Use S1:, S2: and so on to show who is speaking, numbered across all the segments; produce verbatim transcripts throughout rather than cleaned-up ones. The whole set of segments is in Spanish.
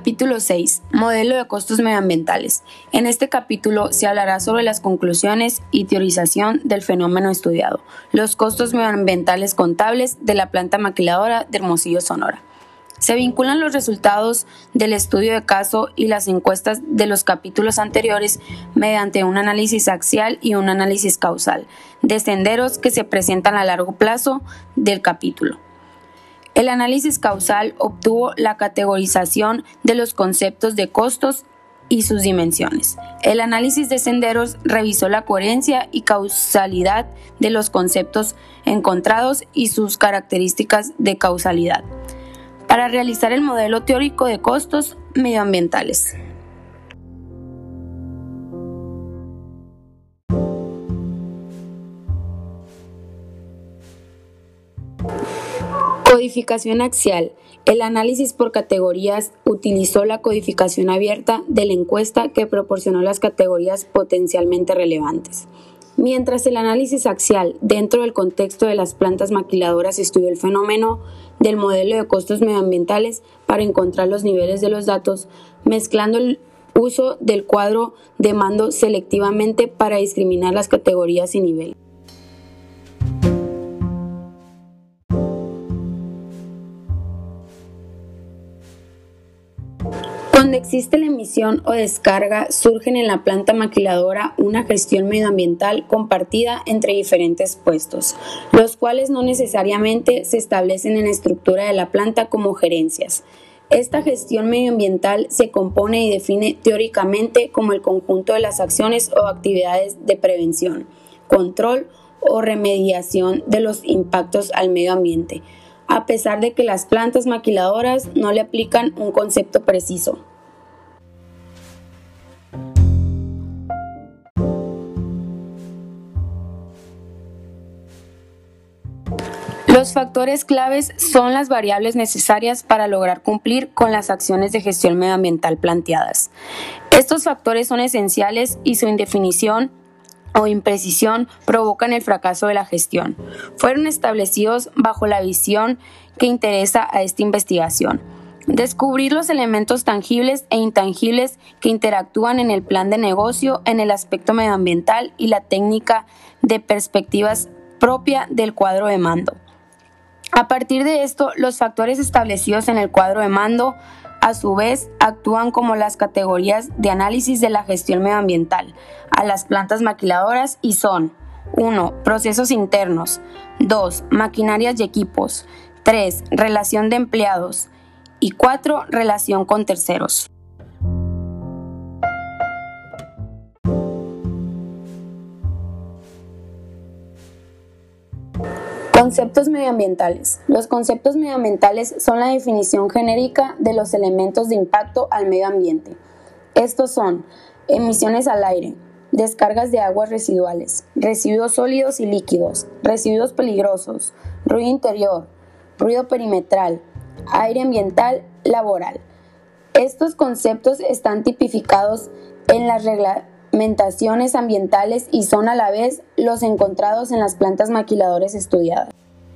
S1: Capítulo seis. Modelo de costos medioambientales. En este capítulo se hablará sobre las conclusiones y teorización del fenómeno estudiado, los costos medioambientales contables de la planta maquiladora de Hermosillo, Sonora. Se vinculan los resultados del estudio de caso y las encuestas de los capítulos anteriores mediante un análisis axial y un análisis causal de senderos que se presentan a largo plazo del capítulo. El análisis causal obtuvo la categorización de los conceptos de costos y sus dimensiones. El análisis de senderos revisó la coherencia y causalidad de los conceptos encontrados y sus características de causalidad para realizar el modelo teórico de costos medioambientales. Codificación axial. El análisis por categorías utilizó la codificación abierta de la encuesta que proporcionó las categorías potencialmente relevantes. Mientras el análisis axial, dentro del contexto de las plantas maquiladoras, estudió el fenómeno del modelo de costos medioambientales para encontrar los niveles de los datos, mezclando el uso del cuadro de mando selectivamente para discriminar las categorías y niveles. Cuando existe la emisión o descarga, surgen en la planta maquiladora una gestión medioambiental compartida entre diferentes puestos, los cuales no necesariamente se establecen en la estructura de la planta como gerencias. Esta gestión medioambiental se compone y define teóricamente como el conjunto de las acciones o actividades de prevención, control o remediación de los impactos al medio ambiente, a pesar de que las plantas maquiladoras no le aplican un concepto preciso. Los factores claves son las variables necesarias para lograr cumplir con las acciones de gestión medioambiental planteadas. Estos factores son esenciales y su indefinición o imprecisión provocan el fracaso de la gestión. Fueron establecidos bajo la visión que interesa a esta investigación: descubrir los elementos tangibles e intangibles que interactúan en el plan de negocio, en el aspecto medioambiental y la técnica de perspectivas propia del cuadro de mando. A partir de esto, los factores establecidos en el cuadro de mando, a su vez, actúan como las categorías de análisis de la gestión medioambiental a las plantas maquiladoras y son: uno. Procesos internos. dos. Maquinarias y equipos. tres. Relación de empleados. Y cuatro. Relación con terceros. Conceptos medioambientales. Los conceptos medioambientales son la definición genérica de los elementos de impacto al medio ambiente. Estos son: emisiones al aire, descargas de aguas residuales, residuos sólidos y líquidos, residuos peligrosos, ruido interior, ruido perimetral, aire ambiental laboral. Estos conceptos están tipificados en las reglamentaciones ambientales y son a la vez los encontrados en las plantas maquiladoras estudiadas.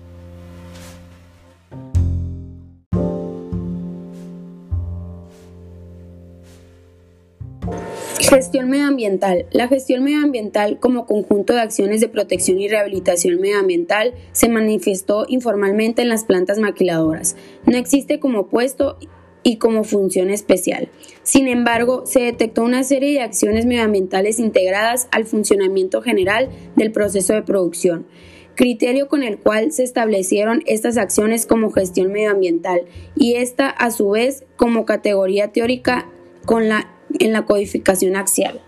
S1: Gestión medioambiental. La gestión medioambiental como conjunto de acciones de protección y rehabilitación medioambiental se manifestó informalmente en las plantas maquiladoras. No existe como puesto y como función especial. Sin embargo, se detectó una serie de acciones medioambientales integradas al funcionamiento general del proceso de producción, criterio con el cual se establecieron estas acciones como gestión medioambiental y esta a su vez como categoría teórica con la, en la codificación axial.